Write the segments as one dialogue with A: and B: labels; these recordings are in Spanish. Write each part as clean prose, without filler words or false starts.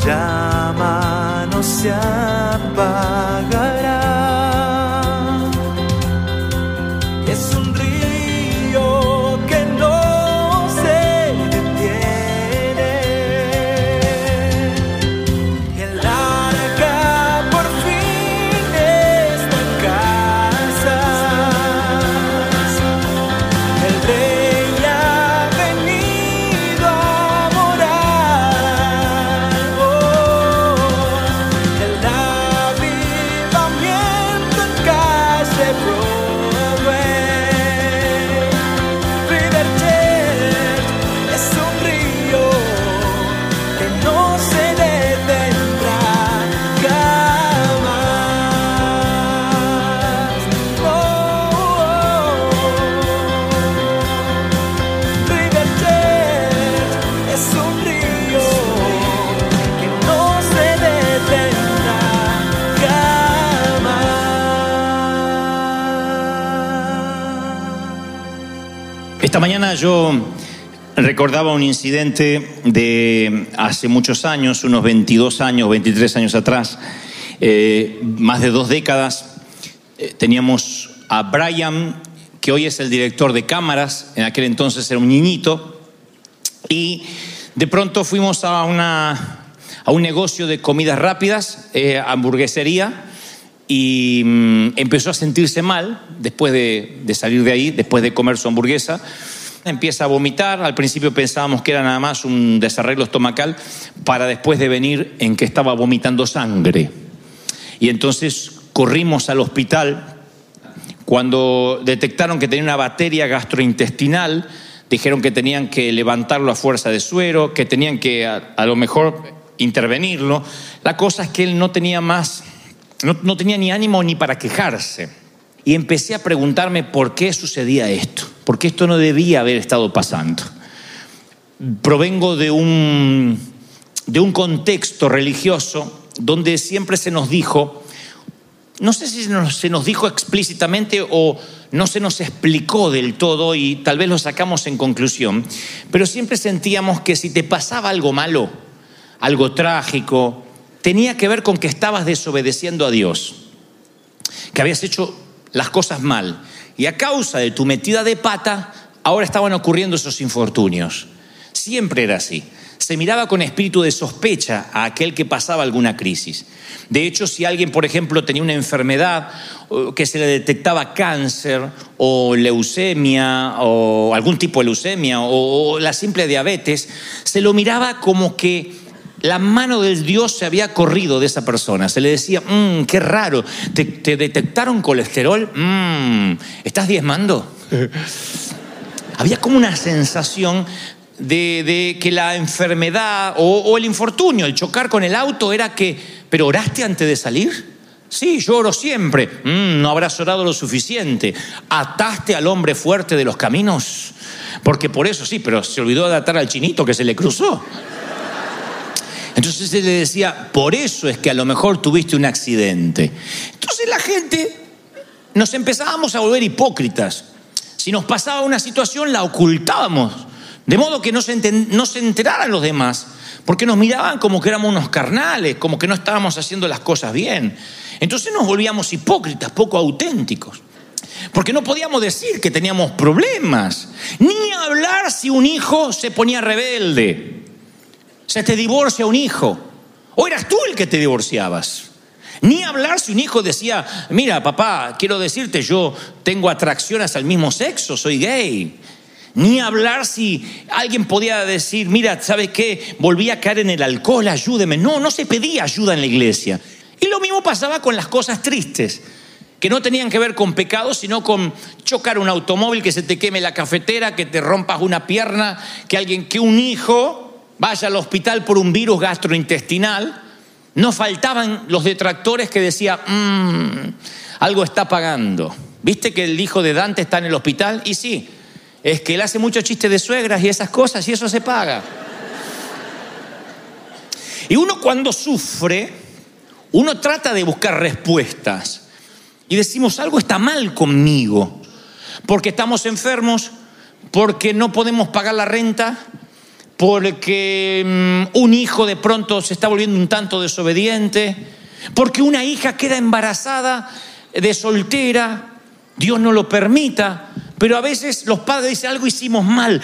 A: llama no se apagará. Es un río que no se detiene. El arca por fin está en casa. El rey ha venido a morar. El avivamiento en calle Broadway. River Church es un río que no se detendrá jamás. River Church es un río que no se detendrá jamás.
B: Esta mañana yo recordaba un incidente de hace muchos años, unos 22 años, 23 años atrás, más de 2 décadas. Teníamos a Brian, que hoy es el director de cámaras, en aquel entonces era un niñito, y de pronto fuimos a un negocio de comidas rápidas, hamburguesería, y empezó a sentirse mal después de salir de ahí, después de comer su hamburguesa. Empieza a vomitar. Al principio pensábamos que era nada más un desarreglo estomacal, para después de venir en que estaba vomitando sangre. Y entonces corrimos al hospital. Cuando detectaron que tenía una bacteria gastrointestinal, dijeron que tenían que levantarlo a fuerza de suero, que tenían que a lo mejor intervenirlo. La cosa es que él no tenía ni ánimo ni para quejarse. Y empecé a preguntarme por qué sucedía esto, porque esto no debía haber estado pasando. Provengo de un contexto religioso donde siempre se nos dijo, no sé si se nos dijo explícitamente o no se nos explicó del todo, y tal vez lo sacamos en conclusión, pero siempre sentíamos que si te pasaba algo malo, algo trágico, tenía que ver con que estabas desobedeciendo a Dios, que habías hecho las cosas mal, y a causa de tu metida de pata ahora estaban ocurriendo esos infortunios. Siempre era así. Se miraba con espíritu de sospecha a aquel que pasaba alguna crisis. De hecho, si alguien, por ejemplo, tenía una enfermedad que se le detectaba cáncer o leucemia o algún tipo de leucemia o la simple diabetes, se lo miraba como que la mano del Dios se había corrido de esa persona. Se le decía, qué raro, ¿te detectaron colesterol? ¿Estás diezmando? Había como una sensación de que la enfermedad o el infortunio, el chocar con el auto era que, ¿pero oraste antes de salir? Sí, yo oro siempre. No habrás orado lo suficiente. ¿Ataste al hombre fuerte de los caminos? Porque por eso sí, pero se olvidó de atar al chinito que se le cruzó. Entonces él le decía, por eso es que a lo mejor tuviste un accidente. Entonces la gente, nos empezábamos a volver hipócritas. Si nos pasaba una situación, la ocultábamos, de modo que no se enteraran los demás, porque nos miraban como que éramos unos carnales, como que no estábamos haciendo las cosas bien. Entonces nos volvíamos hipócritas, poco auténticos, porque no podíamos decir que teníamos problemas, ni hablar si un hijo se ponía rebelde. Se te divorcia un hijo, o eras tú el que te divorciabas. Ni hablar si un hijo decía, mira papá, quiero decirte, yo tengo atracción hacia el mismo sexo, soy gay. Ni hablar si alguien podía decir, mira, ¿sabes qué? Volví a caer en el alcohol, ayúdeme. No se pedía ayuda en la iglesia. Y lo mismo pasaba con las cosas tristes, que no tenían que ver con pecados, sino con chocar un automóvil, que se te queme la cafetera, que te rompas una pierna, que un hijo vaya al hospital por un virus gastrointestinal. No faltaban los detractores que decían, algo está pagando. ¿Viste que el hijo de Dante está en el hospital? Y sí, es que él hace muchos chistes de suegras y esas cosas, y eso se paga. Y uno cuando sufre, uno trata de buscar respuestas. Y decimos, algo está mal conmigo, porque estamos enfermos, porque no podemos pagar la renta, porque un hijo de pronto se está volviendo un tanto desobediente, porque una hija queda embarazada de soltera, Dios no lo permita, pero a veces los padres dicen algo hicimos mal,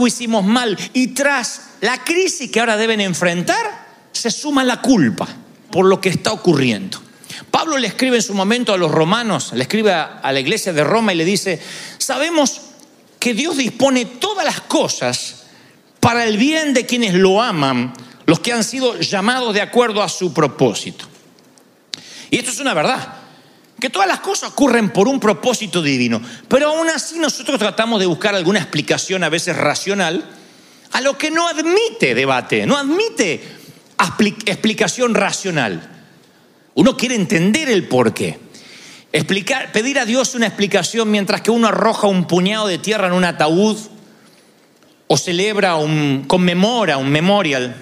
B: y tras la crisis que ahora deben enfrentar, se suma la culpa por lo que está ocurriendo. Pablo le escribe en su momento a los romanos, le escribe a la iglesia de Roma y le dice: sabemos que Dios dispone todas las cosas para el bien de quienes lo aman, los que han sido llamados de acuerdo a su propósito. Y esto es una verdad, que todas las cosas ocurren por un propósito divino, pero aún así nosotros tratamos de buscar alguna explicación a veces racional a lo que no admite debate, no admite explicación racional. Uno quiere entender el porqué. Pedir a Dios una explicación mientras que uno arroja un puñado de tierra en un ataúd o conmemora un memorial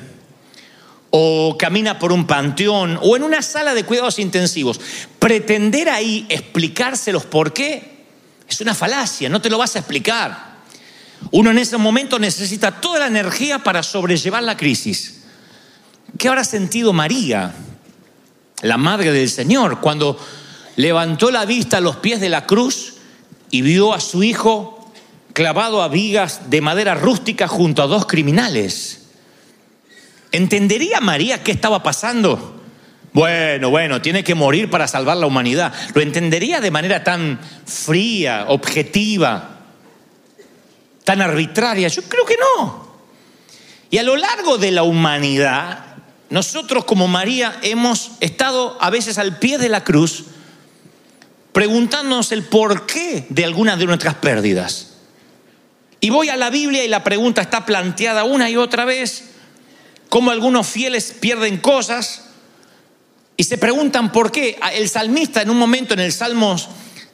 B: o camina por un panteón o en una sala de cuidados intensivos. Pretender ahí explicárselos por qué es una falacia, no te lo vas a explicar. Uno en ese momento necesita toda la energía para sobrellevar la crisis. ¿Qué habrá sentido María, la madre del Señor, cuando levantó la vista a los pies de la cruz y vio a su hijo clavado a vigas de madera rústica junto a dos criminales? ¿Entendería María qué estaba pasando? Bueno, tiene que morir para salvar la humanidad. ¿Lo entendería de manera tan fría, objetiva, tan arbitraria? Yo creo que no. Y a lo largo de la humanidad, nosotros como María hemos estado a veces al pie de la cruz preguntándonos el porqué de algunas de nuestras pérdidas. Y voy a la Biblia y la pregunta está planteada una y otra vez, cómo algunos fieles pierden cosas y se preguntan por qué. El salmista en un momento en el Salmos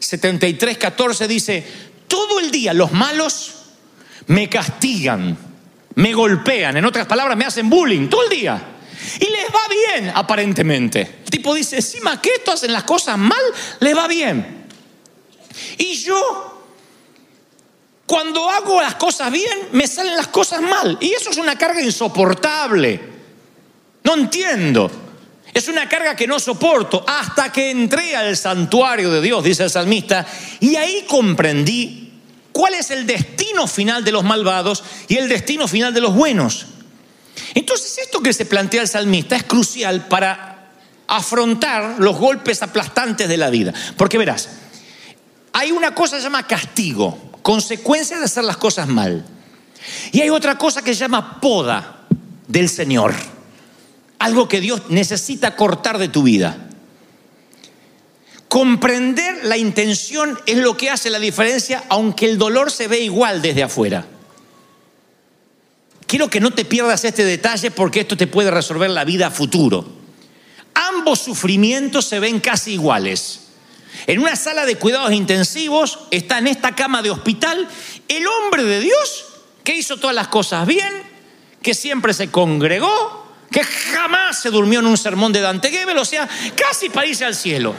B: 73:14 dice: todo el día los malos me castigan, me golpean, en otras palabras me hacen bullying todo el día. Y les va bien, aparentemente. El tipo dice: encima que estos hacen las cosas mal, les va bien. Y yo, cuando hago las cosas bien, me salen las cosas mal. Y eso es una carga insoportable. No entiendo. Es una carga que no soporto. Hasta que entré al santuario de Dios, dice el salmista, y ahí comprendí cuál es el destino final de los malvados y el destino final de los buenos. Entonces esto que se plantea el salmista es crucial para afrontar los golpes aplastantes de la vida. Porque verás, hay una cosa que se llama castigo, consecuencia de hacer las cosas mal. Y hay otra cosa que se llama poda del Señor. Algo que Dios necesita cortar de tu vida. Comprender la intención es lo que hace la diferencia, aunque el dolor se ve igual desde afuera. Quiero que no te pierdas este detalle porque esto te puede resolver la vida a futuro. Ambos sufrimientos se ven casi iguales. En una sala de cuidados intensivos está en esta cama de hospital el hombre de Dios que hizo todas las cosas bien, que siempre se congregó, que jamás se durmió en un sermón de Dante Gebel, o sea, casi para irse al cielo.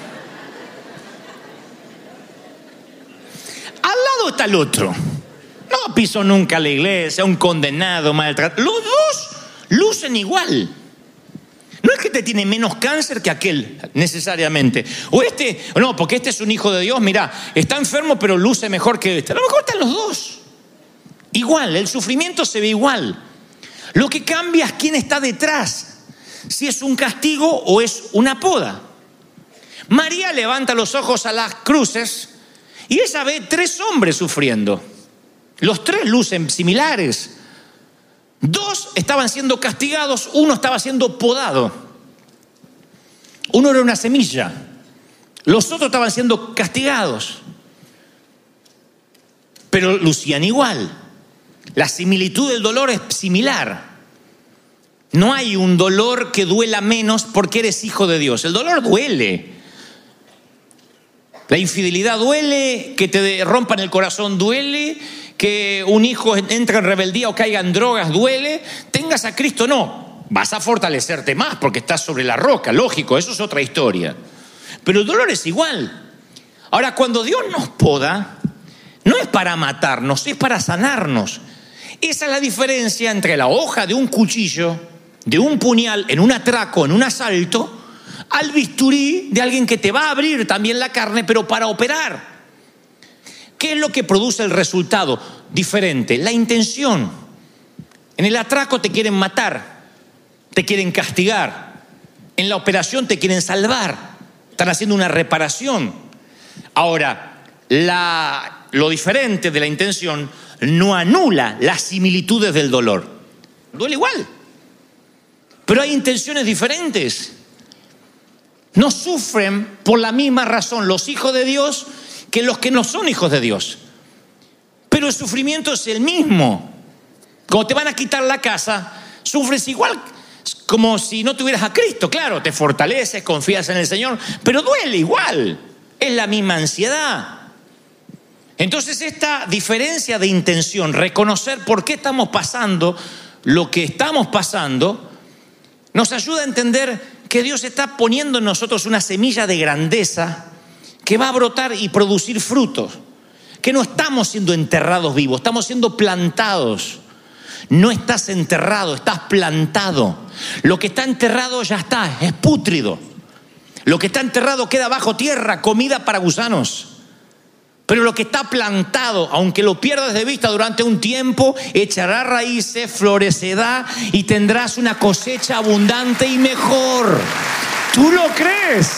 B: Al lado está el otro. No pisó nunca la iglesia, un condenado, maltratado. Los dos lucen igual. No es que te tiene menos cáncer que aquel, necesariamente. O no, porque este es un hijo de Dios, mirá, está enfermo pero luce mejor que este. A lo mejor están los dos. Igual, el sufrimiento se ve igual. Lo que cambia es quién está detrás. Si es un castigo o es una poda. María levanta los ojos a las cruces y ella ve 3 hombres sufriendo. Los 3 lucen similares. 2 estaban siendo castigados, 1 estaba siendo podado. Uno era una semilla. Los otros estaban siendo castigados. Pero lucían igual. La similitud del dolor es similar. No hay un dolor que duela menos porque eres hijo de Dios. El dolor duele. La infidelidad duele, que te rompan el corazón duele, que un hijo entre en rebeldía o caiga en drogas duele. Tengas a Cristo, no. Vas a fortalecerte más porque estás sobre la roca, lógico, eso es otra historia. Pero el dolor es igual. Ahora, cuando Dios nos poda, no es para matarnos, es para sanarnos. Esa es la diferencia entre la hoja de un cuchillo, de un puñal, en un atraco, en un asalto, al bisturí de alguien que te va a abrir también la carne, pero para operar. ¿Qué es lo que produce el resultado diferente? La intención. En el atraco te quieren matar, te quieren castigar. En la operación te quieren salvar. Están haciendo una reparación. Ahora, lo diferente de la intención no anula las similitudes del dolor. Duele igual. Pero hay intenciones diferentes. No sufren por la misma razón los hijos de Dios que los que no son hijos de Dios. Pero el sufrimiento es el mismo. Cuando te van a quitar la casa, sufres igual como si no tuvieras a Cristo. Claro, te fortaleces, confías en el Señor, pero duele igual. Es la misma ansiedad. Entonces esta diferencia de intención, reconocer por qué estamos pasando lo que estamos pasando, nos ayuda a entender que Dios está poniendo en nosotros una semilla de grandeza que va a brotar y producir frutos. Que no estamos siendo enterrados vivos, estamos siendo plantados. No estás enterrado, estás plantado. Lo que está enterrado ya está, es pútrido. Lo que está enterrado queda bajo tierra, comida para gusanos. Pero lo que está plantado, aunque lo pierdas de vista durante un tiempo, echará raíces, florecerá y tendrás una cosecha abundante y mejor. ¿Tú lo crees?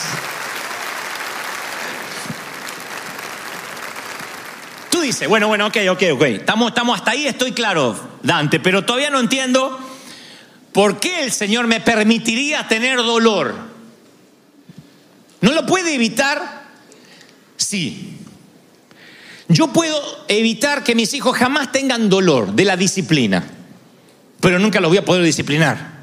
B: Tú dices, bueno, ok. Estamos hasta ahí, estoy claro, Dante, pero todavía no entiendo por qué el Señor me permitiría tener dolor. ¿No lo puede evitar? Sí. Yo puedo evitar que mis hijos jamás tengan dolor de la disciplina, pero nunca los voy a poder disciplinar.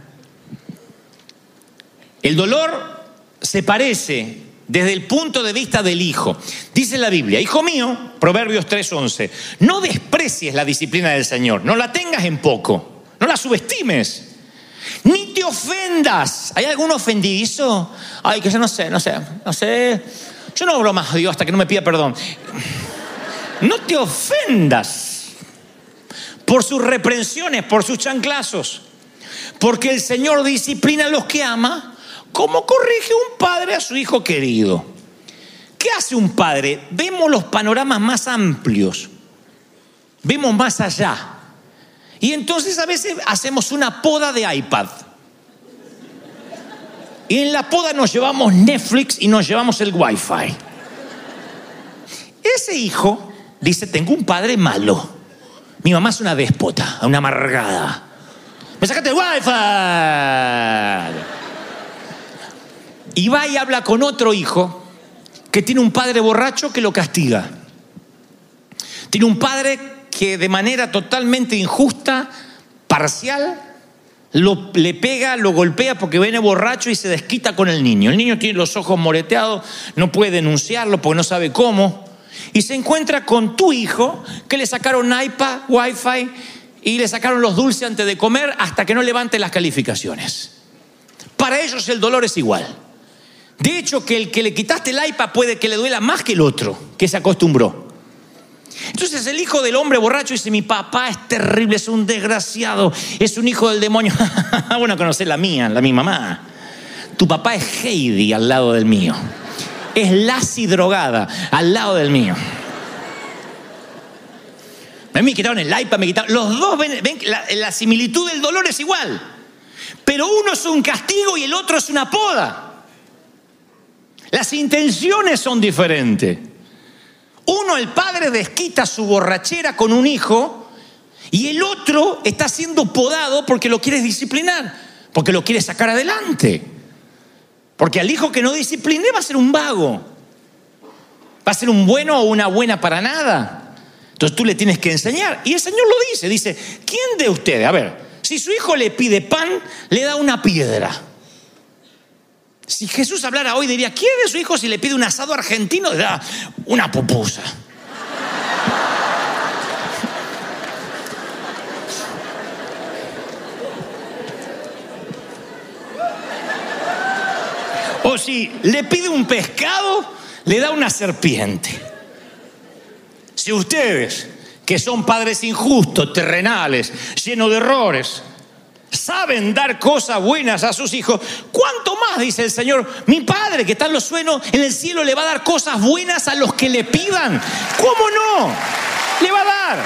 B: El dolor se parece desde el punto de vista del hijo. Dice la Biblia, hijo mío, Proverbios 3:11, no desprecies la disciplina del Señor, no la tengas en poco, no la subestimes, ni te ofendas. ¿Hay algún ofendizo? Ay, que yo no sé. Yo no hablo más a Dios hasta que no me pida perdón. No te ofendas por sus reprensiones, por sus chanclazos, porque el Señor disciplina a los que ama, como corrige un padre a su hijo querido. ¿Qué hace un padre? Vemos los panoramas más amplios, vemos más allá. Y entonces a veces hacemos una poda de iPad. Y en la poda nos llevamos Netflix y nos llevamos el Wi-Fi. Ese hijo dice, tengo un padre malo. Mi mamá es una déspota, una amargada. Me sacaste el Wi-Fi. Y va y habla con otro hijo que tiene un padre borracho que lo castiga. Tiene un padre que de manera totalmente injusta, parcial, le pega, lo golpea porque viene borracho y se desquita con el niño. El niño tiene los ojos moreteados, no puede denunciarlo porque no sabe cómo. Y se encuentra con tu hijo que le sacaron iPad, Wi-Fi y le sacaron los dulces antes de comer hasta que no levante las calificaciones. Para ellos el dolor es igual. De hecho, que el que le quitaste el iPad puede que le duela más que el otro, que se acostumbró. Entonces el hijo del hombre borracho dice, mi papá es terrible, es un desgraciado, es un hijo del demonio. Bueno, conocés la mía, mi mamá. Tu papá es Heidi al lado del mío. Es Lassie drogada al lado del mío. A mí me quitaron el iPad, los dos ven la similitud del dolor es igual. Pero uno es un castigo y el otro es una poda. Las intenciones son diferentes. Uno, el padre, desquita su borrachera con un hijo y el otro está siendo podado porque lo quiere disciplinar, porque lo quiere sacar adelante. Porque al hijo que no discipliné va a ser un vago, va a ser un bueno o una buena para nada. Entonces tú le tienes que enseñar. Y el Señor lo dice, ¿quién de ustedes? A ver, si su hijo le pide pan, le da una piedra. Si Jesús hablara hoy diría, ¿quién de su hijo si le pide un asado argentino le da una pupusa? O si le pide un pescado, le da una serpiente. Si ustedes, que son padres injustos, terrenales, llenos de errores, saben dar cosas buenas a sus hijos, ¿cuánto más, dice el Señor, mi Padre que está en los cielos, en el cielo le va a dar cosas buenas a los que le pidan? ¿Cómo no? Le va a dar.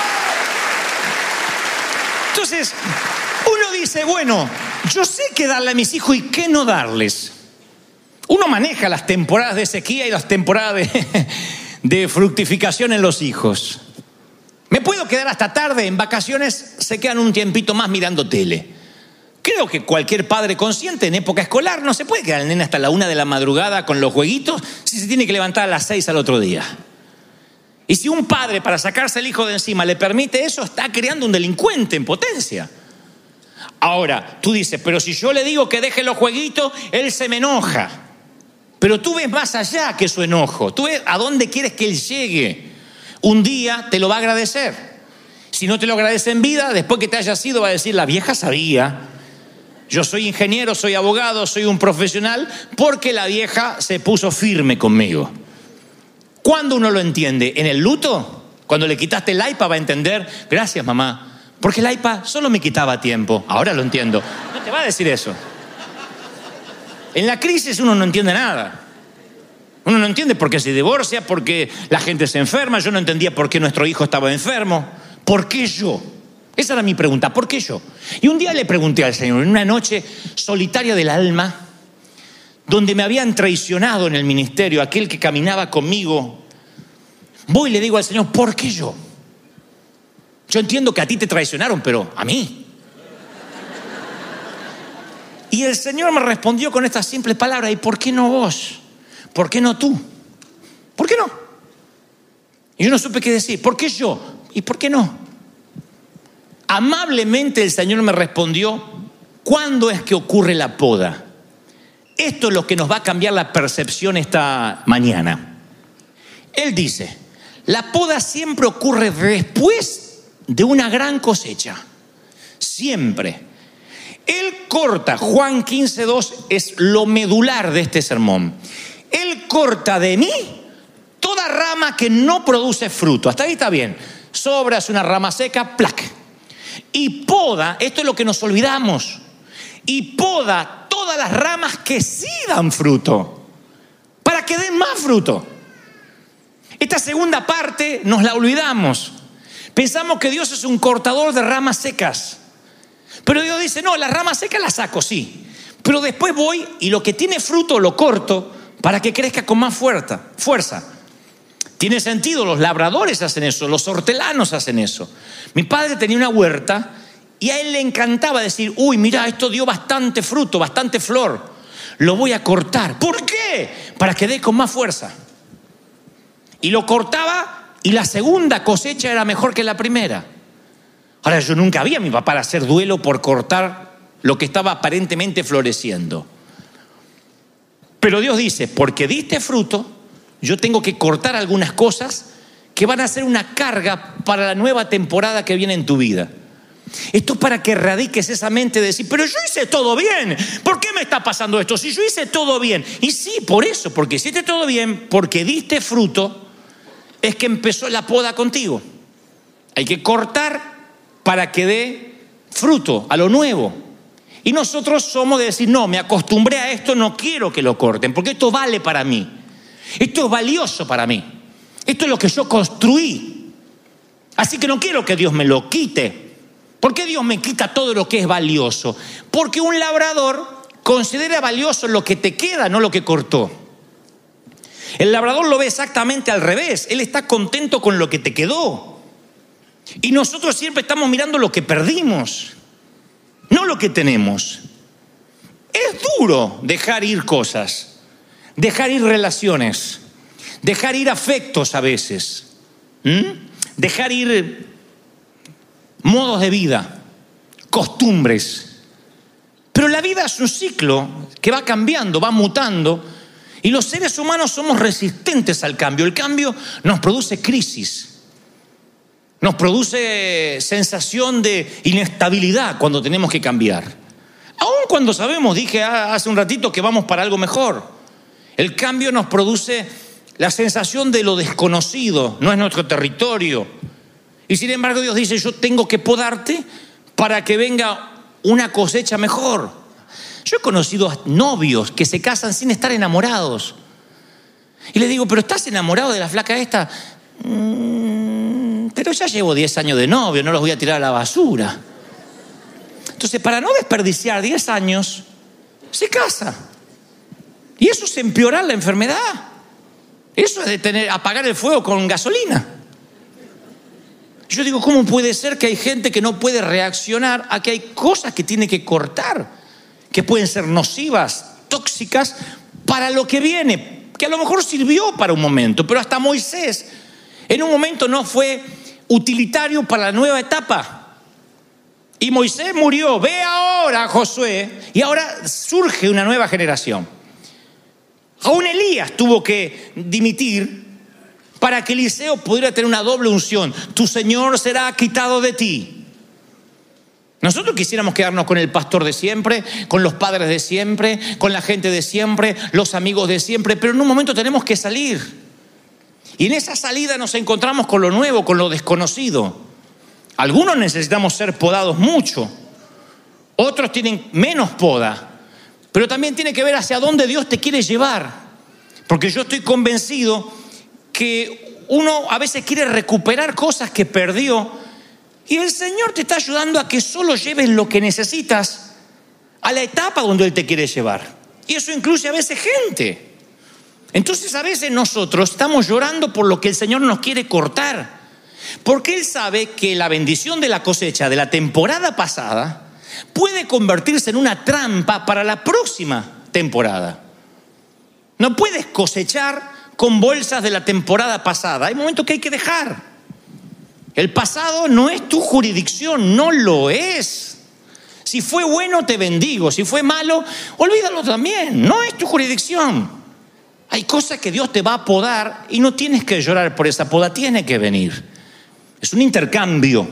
B: Entonces, uno dice, bueno, yo sé qué darle a mis hijos y qué no darles. Uno maneja las temporadas de sequía y las temporadas de fructificación en los hijos. Me puedo quedar hasta tarde, en vacaciones se quedan un tiempito más mirando tele. Creo que cualquier padre consciente en época escolar no se puede quedar el nene hasta la 1 de la madrugada con los jueguitos si se tiene que levantar a las 6 al otro día. Y si un padre, para sacarse el hijo de encima, le permite eso, está creando un delincuente en potencia. Ahora, tú dices, pero si yo le digo que deje los jueguitos, él se me enoja. Pero tú ves más allá que su enojo. Tú ves a dónde quieres que él llegue. Un día te lo va a agradecer. Si no te lo agradece en vida, después que te hayas ido va a decir, la vieja sabía. Yo soy ingeniero, soy abogado, soy un profesional, porque la vieja se puso firme conmigo. ¿Cuándo uno lo entiende? ¿En el luto? Cuando le quitaste el iPad va a entender, gracias mamá, porque el iPad solo me quitaba tiempo. Ahora lo entiendo. No te va a decir eso. En la crisis uno no entiende nada. Uno no entiende por qué se divorcia, por qué la gente se enferma. Yo no entendía por qué nuestro hijo estaba enfermo. ¿Por qué yo? Esa era mi pregunta, ¿por qué yo? Y un día le pregunté al Señor, en una noche solitaria del alma, donde me habían traicionado en el ministerio, aquel que caminaba conmigo, voy y le digo al Señor, ¿por qué yo? Yo entiendo que a ti te traicionaron, pero a mí. Y el Señor me respondió con estas simples palabras, ¿y por qué no vos? ¿Por qué no tú? ¿Por qué no? Y yo no supe qué decir, ¿por qué yo? ¿Y por qué no? Amablemente el Señor me respondió, ¿cuándo es que ocurre la poda? Esto es lo que nos va a cambiar la percepción esta mañana. Él dice, la poda siempre ocurre después de una gran cosecha. Siempre. Él corta, Juan 15:2 es lo medular de este sermón. Él corta de mí toda rama que no produce fruto. Hasta ahí está bien. Sobras una rama seca, ¡plac! Y poda, esto es lo que nos olvidamos, y poda todas las ramas que sí dan fruto, para que den más fruto. Esta segunda parte nos la olvidamos. Pensamos que Dios es un cortador de ramas secas. Pero Dios dice, no, las ramas secas las saco, sí. Pero después voy y lo que tiene fruto lo corto para que crezca con más fuerza. Tiene sentido, los labradores hacen eso, los hortelanos hacen eso. Mi padre tenía una huerta y a él le encantaba decir, uy, mira, esto dio bastante fruto, bastante flor. Lo voy a cortar. ¿Por qué? Para que dé con más fuerza. Y lo cortaba y la segunda cosecha era mejor que la primera. Ahora, yo nunca vi a mi papá hacer duelo por cortar lo que estaba aparentemente floreciendo. Pero Dios dice, porque diste fruto, yo tengo que cortar algunas cosas que van a ser una carga para la nueva temporada que viene en tu vida. Esto es para que erradiques esa mente de decir, pero yo hice todo bien, ¿por qué me está pasando esto? Si yo hice todo bien. Y sí, por eso, porque hiciste todo bien, porque diste fruto, es que empezó la poda contigo. Hay que cortar para que dé fruto a lo nuevo. Y nosotros somos de decir, no, me acostumbré a esto, no quiero que lo corten, porque esto vale para mí. Esto es valioso para mí. Esto es lo que yo construí. Así que no quiero que Dios me lo quite. ¿Por qué Dios me quita todo lo que es valioso? Porque un labrador considera valioso lo que te queda, no lo que cortó. El labrador lo ve exactamente al revés. Él está contento con lo que te quedó. Y nosotros siempre estamos mirando lo que perdimos, no lo que tenemos. Es duro dejar ir cosas, dejar ir relaciones, dejar ir afectos a veces, dejar ir modos de vida, costumbres. Pero la vida es un ciclo que va cambiando, va mutando, y los seres humanos somos resistentes al cambio. El cambio nos produce crisis. Nos produce sensación de inestabilidad cuando tenemos que cambiar. Aun cuando sabemos, dije hace un ratito, que vamos para algo mejor. El cambio nos produce la sensación de lo desconocido, no es nuestro territorio. Y sin embargo Dios dice, yo tengo que podarte para que venga una cosecha mejor. Yo he conocido novios que se casan sin estar enamorados. Y le digo, ¿pero estás enamorado de la flaca esta? Pero ya llevo 10 años de novio, no los voy a tirar a la basura. Entonces, para no desperdiciar 10 años, se casa. Y eso es empeorar la enfermedad. Eso es de apagar el fuego con gasolina. Yo digo, ¿cómo puede ser que hay gente que no puede reaccionar a que hay cosas que tiene que cortar, que pueden ser nocivas, tóxicas, para lo que viene, que a lo mejor sirvió para un momento, pero hasta Moisés en un momento no fue utilitario para la nueva etapa? Y Moisés murió. Ve ahora, Josué, y ahora surge una nueva generación. Aún Elías tuvo que dimitir para que Eliseo pudiera tener una doble unción. Tu Señor será quitado de ti. Nosotros quisiéramos quedarnos con el pastor de siempre, con los padres de siempre, con la gente de siempre, los amigos de siempre, pero en un momento tenemos que salir. Y en esa salida nos encontramos con lo nuevo, con lo desconocido. Algunos necesitamos ser podados mucho, otros tienen menos poda, pero también tiene que ver hacia dónde Dios te quiere llevar. Porque yo estoy convencido que uno a veces quiere recuperar cosas que perdió, y el Señor te está ayudando a que solo lleves lo que necesitas a la etapa donde Él te quiere llevar. Y eso incluye a veces gente. Entonces a veces nosotros estamos llorando por lo que el Señor nos quiere cortar, porque Él sabe que la bendición de la cosecha de la temporada pasada puede convertirse en una trampa para la próxima temporada. No puedes cosechar con bolsas de la temporada pasada. Hay momentos que hay que dejar. El pasado no es tu jurisdicción, no lo es. Si fue bueno, te bendigo. Si fue malo, olvídalo también. No es tu jurisdicción. Hay cosas que Dios te va a podar y no tienes que llorar por esa poda, tiene que venir. Es un intercambio.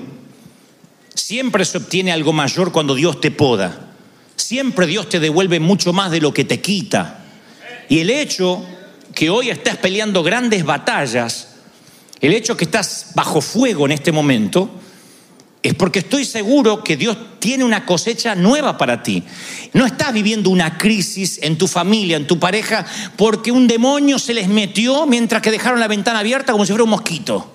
B: Siempre se obtiene algo mayor cuando Dios te poda. Siempre Dios te devuelve mucho más de lo que te quita. Y el hecho que hoy estás peleando grandes batallas, el hecho que estás bajo fuego en este momento, es porque estoy seguro que Dios tiene una cosecha nueva para ti. No estás viviendo una crisis en tu familia, en tu pareja, porque un demonio se les metió mientras que dejaron la ventana abierta como si fuera un mosquito.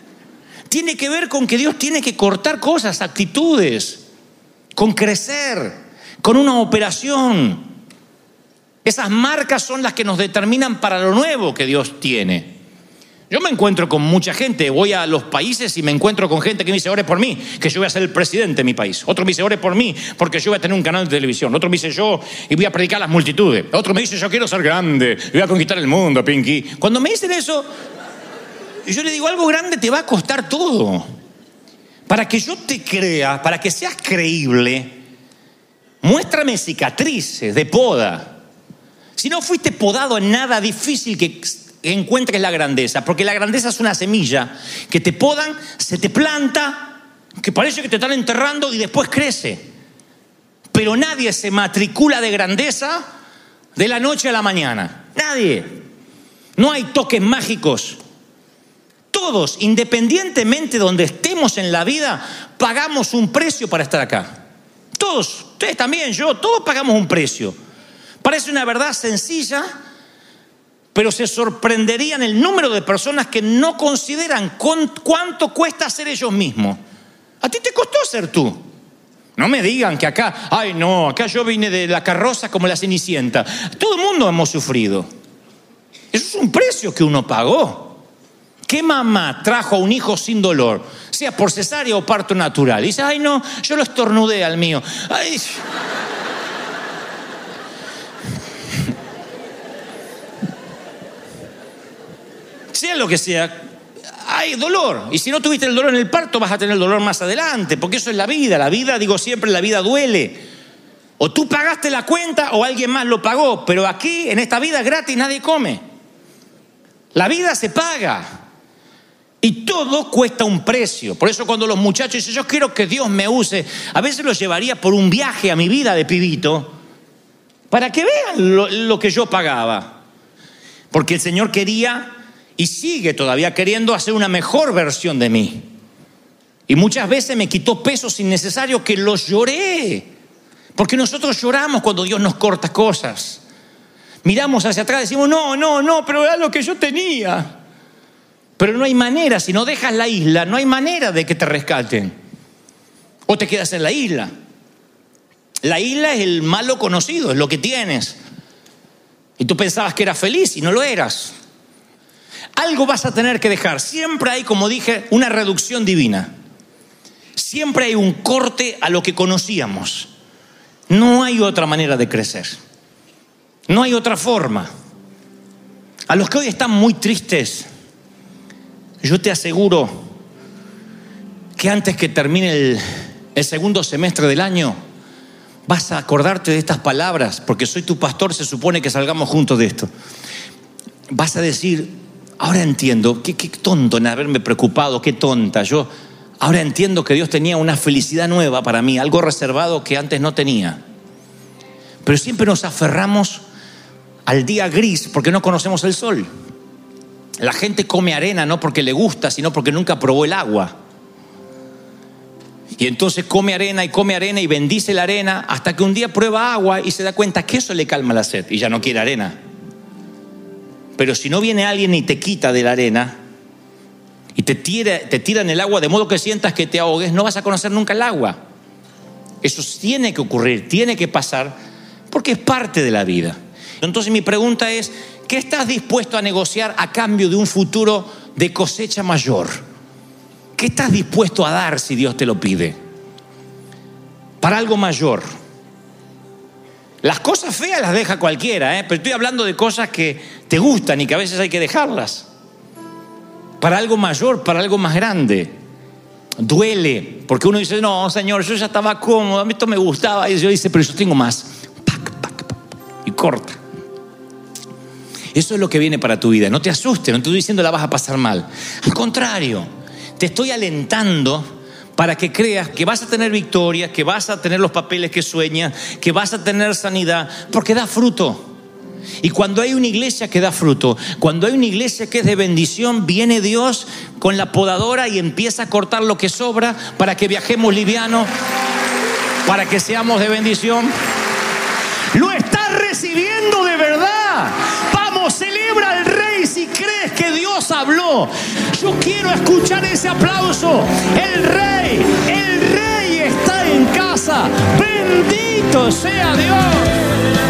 B: Tiene que ver con que Dios tiene que cortar cosas, actitudes, con crecer, con una operación. Esas marcas son las que nos determinan para lo nuevo que Dios tiene. Yo me encuentro con mucha gente, voy a los países y me encuentro con gente que me dice, ore por mí, que yo voy a ser el presidente de mi país. Otro me dice, ore por mí, porque yo voy a tener un canal de televisión. Otro me dice, yo y voy a predicar a las multitudes. Otro me dice, yo quiero ser grande y voy a conquistar el mundo, Pinky. Cuando me dicen eso, yo le digo, algo grande te va a costar todo. Para que yo te crea, para que seas creíble, muéstrame cicatrices de poda. Si no fuiste podado en nada, difícil que encuentres la grandeza, porque la grandeza es una semilla que te podan, se te planta, que parece que te están enterrando y después crece. Pero nadie se matricula de grandeza de la noche a la mañana. Nadie. No hay toques mágicos. Todos, independientemente de donde estemos en la vida, pagamos un precio para estar acá. Todos, ustedes también, yo, todos pagamos un precio. Parece una verdad sencilla, pero se sorprenderían el número de personas que no consideran cuánto cuesta ser ellos mismos. ¿A ti te costó ser tú? No me digan que acá, ay no, acá yo vine de la carroza como la Cenicienta. Todo el mundo hemos sufrido. Eso es un precio que uno pagó. ¿Qué mamá trajo a un hijo sin dolor, sea por cesárea o parto natural? Y dice, ay no, yo lo estornudé al mío. Ay. Sea lo que sea, hay dolor. Y si no tuviste el dolor en el parto, vas a tener el dolor más adelante, porque eso es la vida. La vida, digo siempre, la vida duele. O tú pagaste la cuenta o alguien más lo pagó, pero aquí, en esta vida gratis, nadie come. La vida se paga. Y todo cuesta un precio. Por eso cuando los muchachos dicen, yo quiero que Dios me use, a veces los llevaría por un viaje a mi vida de pibito, para que vean lo que yo pagaba. Porque el Señor quería y sigue todavía queriendo hacer una mejor versión de mí. Y muchas veces me quitó pesos innecesarios que los lloré. Porque nosotros lloramos cuando Dios nos corta cosas. Miramos hacia atrás y decimos, no, pero era lo que yo tenía. Pero no hay manera, si no dejas la isla, no hay manera de que te rescaten. O te quedas en la isla. La isla es el malo conocido, es lo que tienes. Y tú pensabas que eras feliz y no lo eras. Algo vas a tener que dejar. Siempre hay, como dije, una reducción divina. Siempre hay un corte a lo que conocíamos. No hay otra manera de crecer. No hay otra forma. A los que hoy están muy tristes, yo te aseguro que antes que termine el segundo semestre del año, vas a acordarte de estas palabras, porque soy tu pastor, se supone que salgamos juntos de esto. Vas a decir, ahora entiendo, qué tonto en haberme preocupado, qué tonta. Yo ahora entiendo que Dios tenía una felicidad nueva para mí, algo reservado que antes no tenía. Pero siempre nos aferramos al día gris porque no conocemos el sol. La gente come arena no porque le gusta, sino porque nunca probó el agua. Y entonces come arena y bendice la arena hasta que un día prueba agua y se da cuenta que eso le calma la sed y ya no quiere arena. Pero si no viene alguien y te quita de la arena y te tira en el agua de modo que sientas que te ahogues, no vas a conocer nunca el agua. Eso tiene que ocurrir, tiene que pasar, porque es parte de la vida. Entonces mi pregunta es, ¿qué estás dispuesto a negociar a cambio de un futuro de cosecha mayor? ¿Qué estás dispuesto a dar si Dios te lo pide? Para algo mayor. Las cosas feas las deja cualquiera, pero estoy hablando de cosas que te gustan y que a veces hay que dejarlas. Para algo mayor, para algo más grande. Duele, porque uno dice, no, Señor, yo ya estaba cómodo, a mí esto me gustaba. Y Dios dice, pero yo tengo más. Y corta. Eso es lo que viene para tu vida. No te asustes, no te estoy diciendo la vas a pasar mal. Al contrario, te estoy alentando para que creas que vas a tener victorias, que vas a tener los papeles que sueñas, que vas a tener sanidad, porque da fruto. Y cuando hay una iglesia que da fruto, cuando hay una iglesia que es de bendición, viene Dios con la podadora y empieza a cortar lo que sobra para que viajemos livianos, para que seamos de bendición. Lo estás recibiendo de verdad. Vamos, celebra al Rey si crees que Dios habló. Yo quiero escuchar ese aplauso. El Rey está en casa. Bendito sea Dios.